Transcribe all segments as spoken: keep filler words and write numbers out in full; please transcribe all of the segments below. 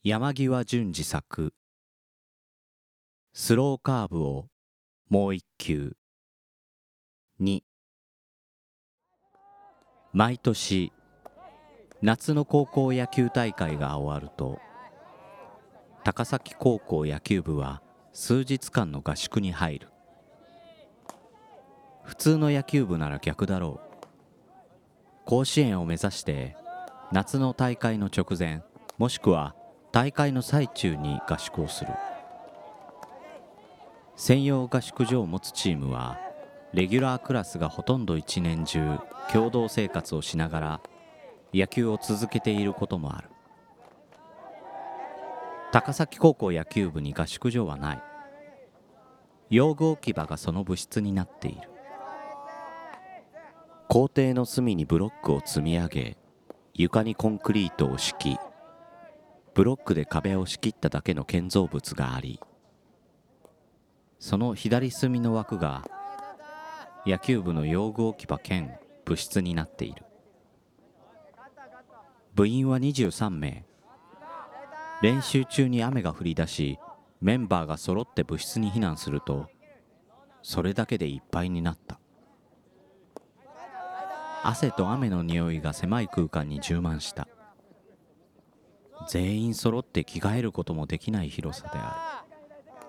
山際淳二作スローカーブをもう一球。に毎年夏の高校野球大会が終わると高崎高校野球部は数日間の合宿に入る。普通の野球部なら逆だろう。甲子園を目指して夏の大会の直前もしくは大会の最中に合宿をする。専用合宿所を持つチームはレギュラークラスがほとんど一年中共同生活をしながら野球を続けていることもある。高崎高校野球部に合宿所はない。用具置き場がその部室になっている。校庭の隅にブロックを積み上げ、床にコンクリートを敷き、ブロックで壁を仕切っただけの建造物があり、その左隅の枠が野球部の用具置き場兼部室になっている。部員はにじゅうさんめい。練習中に雨が降り出し、メンバーが揃って部室に避難すると、それだけでいっぱいになった。汗と雨の匂いが狭い空間に充満した。全員揃って着替えることもできない広さである。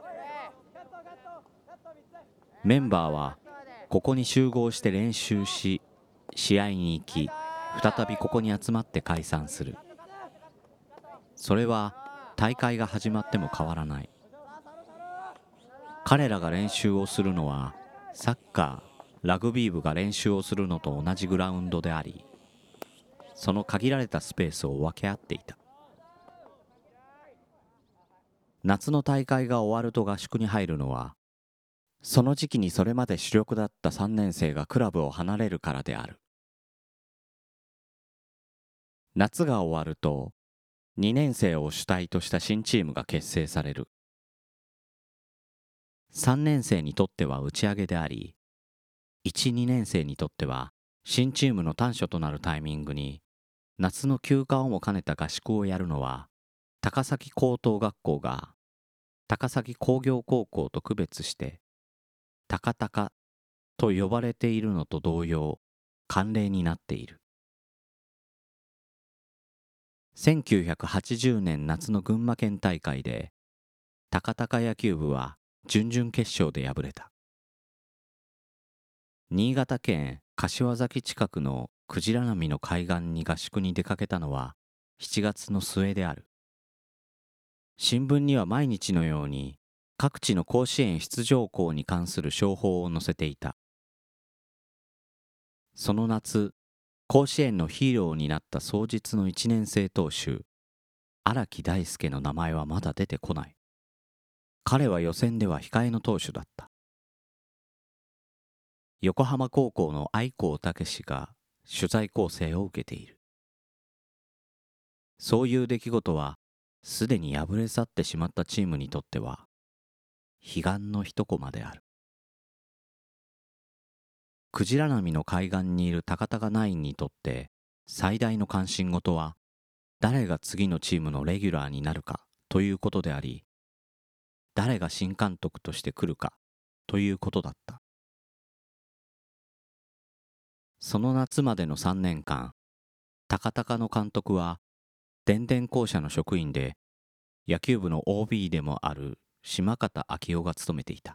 メンバーはここに集合して練習し、試合に行き、再びここに集まって解散する。それは大会が始まっても変わらない。彼らが練習をするのはサッカー、ラグビー部が練習をするのと同じグラウンドであり、その限られたスペースを分け合っていた。夏の大会が終わると合宿に入るのは、その時期にそれまで主力だったさんねん生がクラブを離れるからである。夏が終わると、にねん生を主体とした新チームが結成される。さんねん生にとっては打ち上げであり、いち、にねん生にとっては新チームの端緒となるタイミングに夏の休暇をも兼ねた合宿をやるのは、高崎高等学校が高崎工業高校と区別して高高と呼ばれているのと同様慣例になっている。せんきゅうひゃくはちじゅうねん夏の群馬県大会で高高野球部は準々決勝で敗れた。新潟県柏崎近くの鯨波の海岸に合宿に出かけたのはしちがつの末である。新聞には毎日のように各地の甲子園出場校に関する商法を載せていた。その夏、甲子園のヒーローになった双日のいちねん生投手、荒木大輔の名前はまだ出てこない。彼は予選では控えの投手だった。横浜高校の愛光武が取材構成を受けている。そういう出来事はすでに敗れ去ってしまったチームにとっては悲願の一コマである。鯨波の海岸にいる高高ナインにとって最大の関心事は誰が次のチームのレギュラーになるかということであり、誰が新監督として来るかということだった。その夏までのさんねんかん、高高の監督は電電公社の職員で野球部の オービー でもある島方昭夫が務めていた。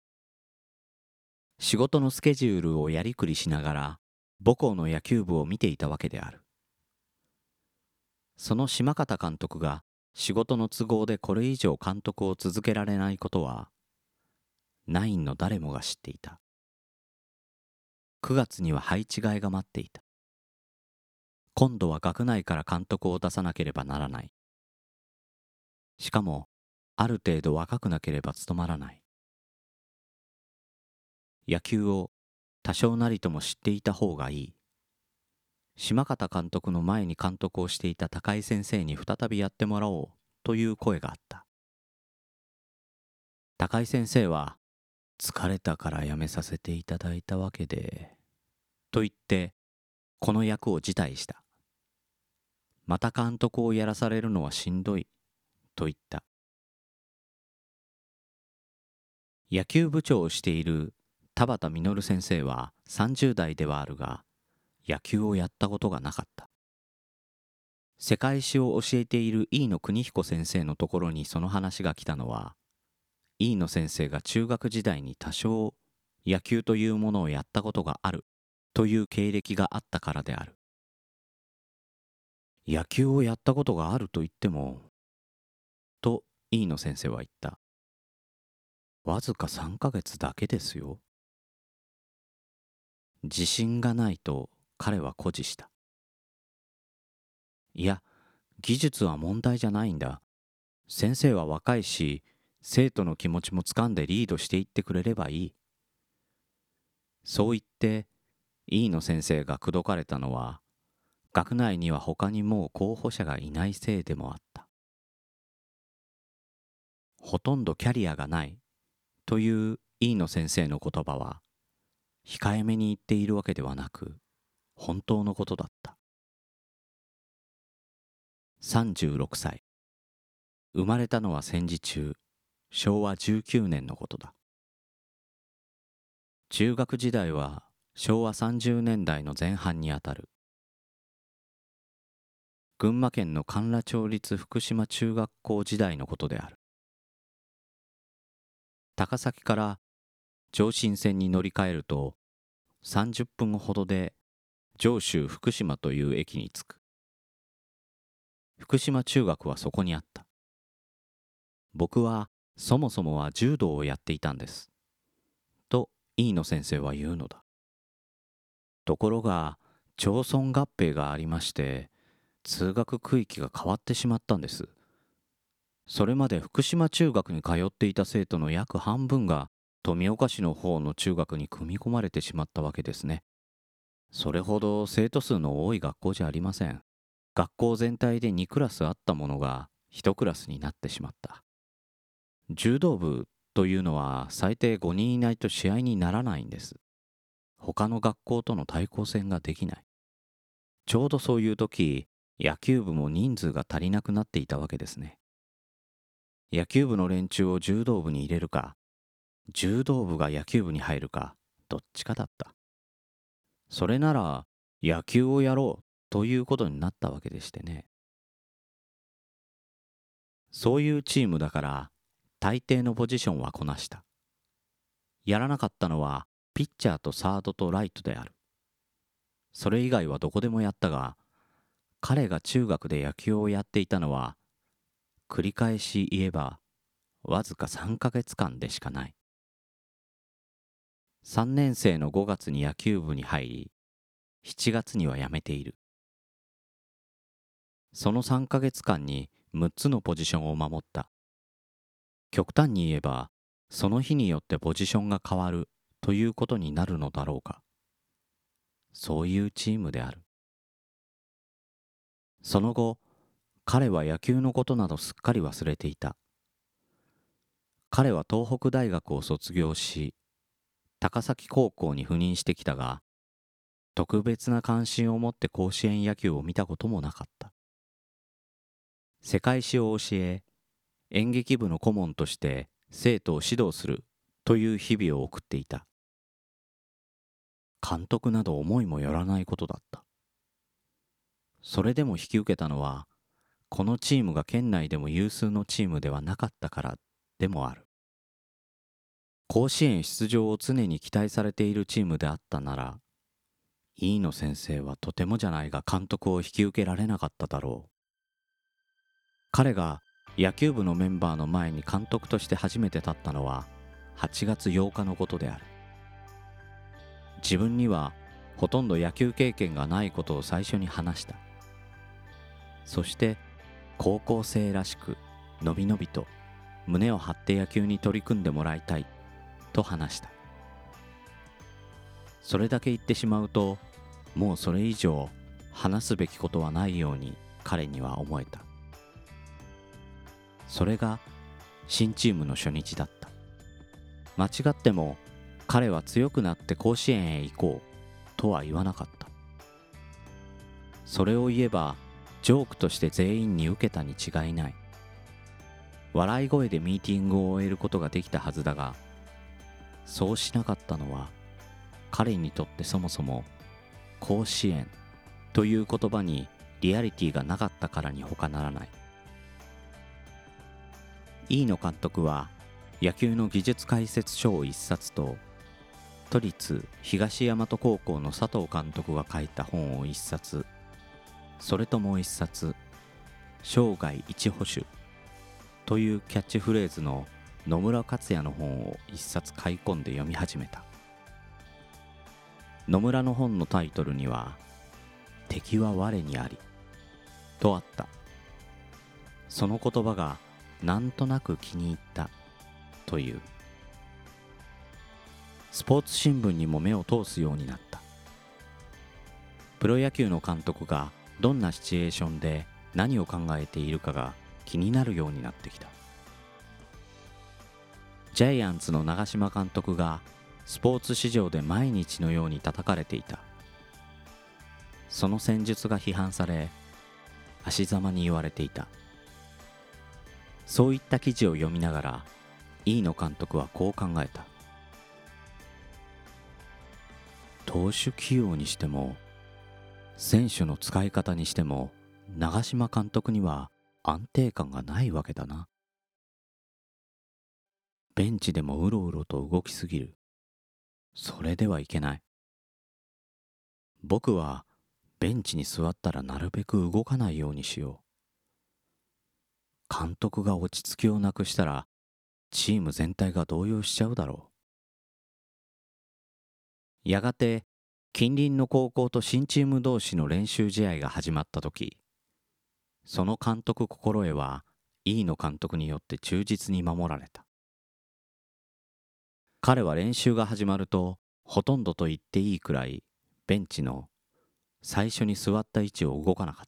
仕事のスケジュールをやりくりしながら母校の野球部を見ていたわけである。その島方監督が仕事の都合でこれ以上監督を続けられないことはナインの誰もが知っていた。くがつには配置換えが待っていた。今度は学内から監督を出さなければならない。しかもある程度若くなければ務まらない。野球を多少なりとも知っていた方がいい。島方監督の前に監督をしていた高井先生に再びやってもらおうという声があった。高井先生は、疲れたから辞めさせていただいたわけで、と言って、この役を辞退した。また監督をやらされるのはしんどい、 と言った。野球部長をしている田畑実先生はさんじゅう代ではあるが、野球をやったことがなかった。世界史を教えている飯野邦彦先生のところにその話が来たのは、飯野先生が中学時代に多少野球というものをやったことがあるという経歴があったからである。野球をやったことがあると言っても、と飯野先生は言った。わずかさんかげつだけですよ。自信がないと彼は誇示した。いや、技術は問題じゃないんだ。先生は若いし、生徒の気持ちも掴んでリードしていってくれればいい。そう言って、飯野先生が口説かれたのは、学内には他にもう候補者がいないせいでもあった。ほとんどキャリアがないという飯野先生の言葉は、控えめに言っているわけではなく、本当のことだった。さんじゅうろくさい。生まれたのは戦時中、しょうわじゅうきゅうねんのことだ。中学時代はしょうわさんじゅうねんだいの前半にあたる。群馬県の甘楽町立福島中学校時代のことである。高崎から上信線に乗り換えるとさんじゅっぷんほどで上州福島という駅に着く。福島中学はそこにあった。僕はそもそもは柔道をやっていたんです。と飯野先生は言うのだ。ところが町村合併がありまして、通学区域が変わってしまったんです。それまで福島中学に通っていた生徒の約半分が富岡市の方の中学に組み込まれてしまったわけですね。それほど生徒数の多い学校じゃありません。学校全体でにクラスあったものがいちクラスになってしまった。柔道部というのは最低ごにんいないと試合にならないんです。他の学校との対抗戦ができない。ちょうどそういう時、野球部も人数が足りなくなっていたわけですね。野球部の連中を柔道部に入れるか、柔道部が野球部に入るか、どっちかだった。それなら野球をやろうということになったわけでしてね。そういうチームだから大抵のポジションはこなした。やらなかったのはピッチャーとサードとライトである。それ以外はどこでもやったが、彼が中学で野球をやっていたのは、繰り返し言えばわずかさんかげつかんでしかない。さんねん生のごがつに野球部に入り、しちがつには辞めている。そのさんかげつかんにむっつのポジションを守った。極端に言えば、その日によってポジションが変わるということになるのだろうか。そういうチームである。その後、彼は野球のことなどすっかり忘れていた。彼は東北大学を卒業し、高崎高校に赴任してきたが、特別な関心を持って甲子園野球を見たこともなかった。世界史を教え、演劇部の顧問として生徒を指導するという日々を送っていた。監督など思いもよらないことだった。それでも引き受けたのは、このチームが県内でも有数のチームではなかったからでもある。甲子園出場を常に期待されているチームであったなら、飯野先生はとてもじゃないが監督を引き受けられなかっただろう。彼が野球部のメンバーの前に監督として初めて立ったのははちがつようかのことである。自分にはほとんど野球経験がないことを最初に話した。そして高校生らしくのびのびと胸を張って野球に取り組んでもらいたいと話した。それだけ言ってしまうと、もうそれ以上話すべきことはないように彼には思えた。それが新チームの初日だった。間違っても彼は強くなって甲子園へ行こうとは言わなかった。それを言えばジョークとして全員に受けたに違いない。 笑い声でミーティングを終えることができたはずだが、そうしなかったのは彼にとってそもそも甲子園という言葉にリアリティがなかったからに他ならない。飯野監督は野球の技術解説書を一冊と、都立東大和高校の佐藤監督が書いた本を一冊、それともう一冊、生涯一保守というキャッチフレーズの野村克也の本を一冊買い込んで読み始めた。野村の本のタイトルには、敵は我にありとあった。その言葉がなんとなく気に入ったという。スポーツ新聞にも目を通すようになった。プロ野球の監督がどんなシチュエーションで何を考えているかが気になるようになってきた。ジャイアンツの長嶋監督がスポーツ市場で毎日のように叩かれていた。その戦術が批判され、足ざまに言われていた。そういった記事を読みながら、飯野監督はこう考えた。投手起用にしても、選手の使い方にしても、長嶋監督には安定感がないわけだな。ベンチでもうろうろと動きすぎる。それではいけない。僕はベンチに座ったらなるべく動かないようにしよう。監督が落ち着きをなくしたらチーム全体が動揺しちゃうだろう。やがて近隣の高校と新チーム同士の練習試合が始まった時、その監督心得は飯野監督によって忠実に守られた。彼は練習が始まるとほとんどと言っていいくらいベンチの最初に座った位置を動かなかった。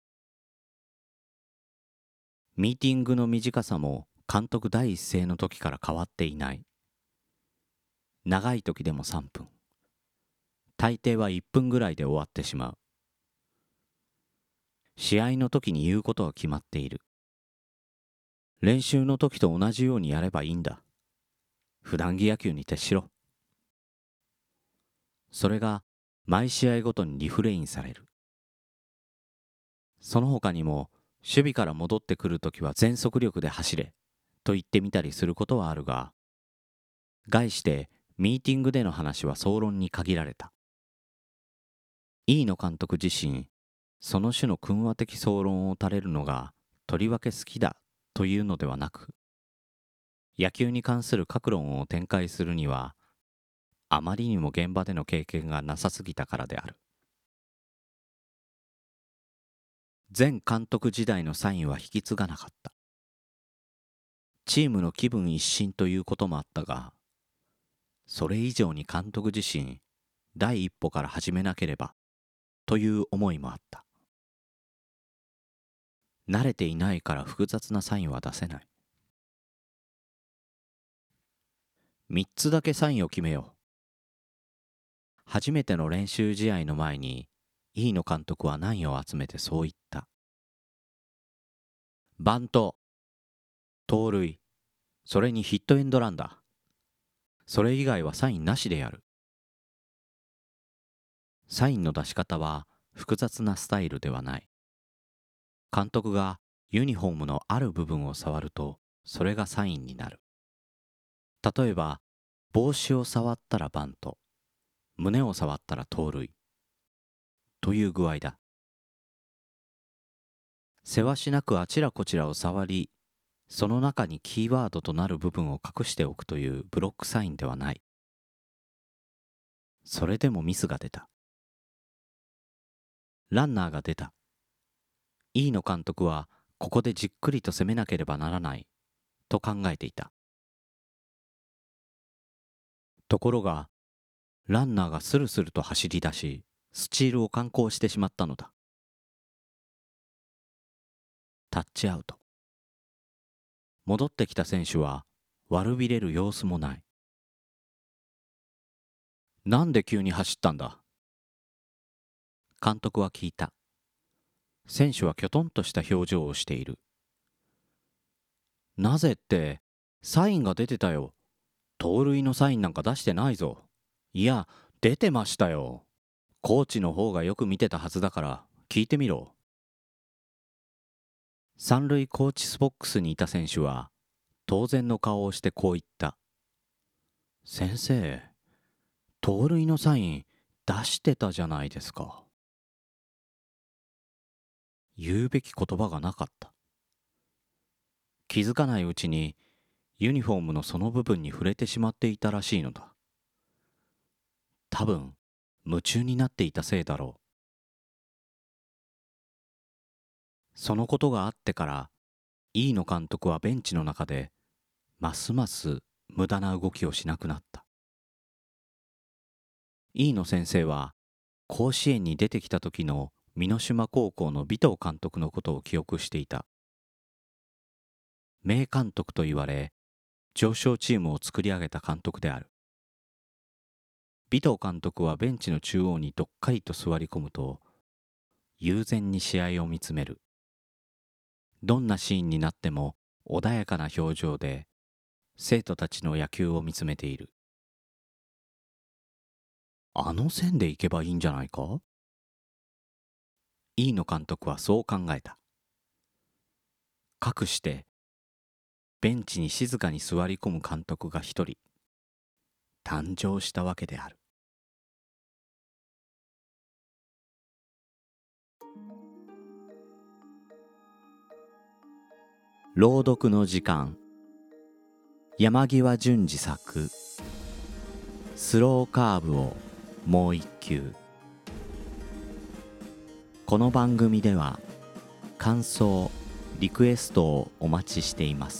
ミーティングの短さも監督第一声の時から変わっていない。長い時でもさんぷん。大抵はいっぷんぐらいで終わってしまう。試合の時に言うことは決まっている。練習の時と同じようにやればいいんだ。普段着野球に徹しろ。それが毎試合ごとにリフレインされる。その他にも、守備から戻ってくるときは全速力で走れと言ってみたりすることはあるが、概してミーティングでの話は総論に限られた。飯野監督自身、その種の訓話的総論を垂れるのがとりわけ好きだというのではなく、野球に関する各論を展開するには、あまりにも現場での経験がなさすぎたからである。前監督時代のサインは引き継がなかった。チームの気分一新ということもあったが、それ以上に監督自身、第一歩から始めなければという思いもあった。慣れていないから複雑なサインは出せない。三つだけサインを決めよう。初めての練習試合の前に、飯野監督は何を集めてそう言った。バント、盗塁、それにヒットエンドランだ。それ以外はサインなしでやる。サインの出し方は複雑なスタイルではない。監督がユニフォームのある部分を触ると、それがサインになる。例えば、帽子を触ったらバント、胸を触ったら盗塁という具合だ。せわしなくあちらこちらを触り、その中にキーワードとなる部分を隠しておくというブロックサインではない。それでもミスが出た。ランナーが出た。飯野監督はここでじっくりと攻めなければならないと考えていた。ところが、ランナーがスルスルと走り出し、スチールを敢行してしまったのだ。タッチアウト。戻ってきた選手は悪びれる様子もない。なんで急に走ったんだ？監督は聞いた。選手はきょとんとした表情をしている。 なぜって、サインが出てたよ。盗塁のサインなんか出してないぞ。いや、出てましたよ。コーチの方がよく見てたはずだから聞いてみろ。三塁コーチスボックスにいた選手は当然の顔をしてこう言った。先生、盗塁のサイン出してたじゃないですか。言うべき言葉がなかった。気づかないうちにユニフォームのその部分に触れてしまっていたらしいのだ。多分夢中になっていたせいだろう。そのことがあってから飯野監督はベンチの中でますます無駄な動きをしなくなった。飯野先生は甲子園に出てきた時の美濃島高校の尾藤監督のことを記憶していた。名監督と言われ常勝チームを作り上げた監督である。尾藤監督はベンチの中央にどっかりと座り込むと悠然に試合を見つめる。どんなシーンになっても穏やかな表情で生徒たちの野球を見つめている。あの線で行けばいいんじゃないか？飯野監督はそう考えた。かくしてベンチに静かに座り込む監督が一人誕生したわけである。朗読の時間。山際淳二作スローカーブをもう一球。この番組では感想リクエストをお待ちしています。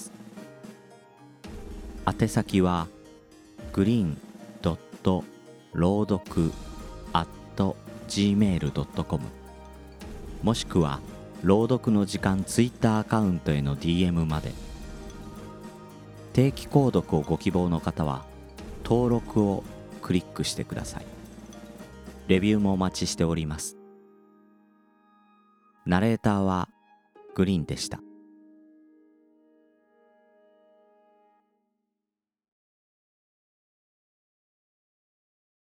宛先はグリーンドット朗読アットジーメールドットコム もしくは朗読の時間ツイッターアカウントへの ディーエム まで。定期購読をご希望の方は登録をクリックしてください。レビューもお待ちしております。ナレーターはグリーンでした。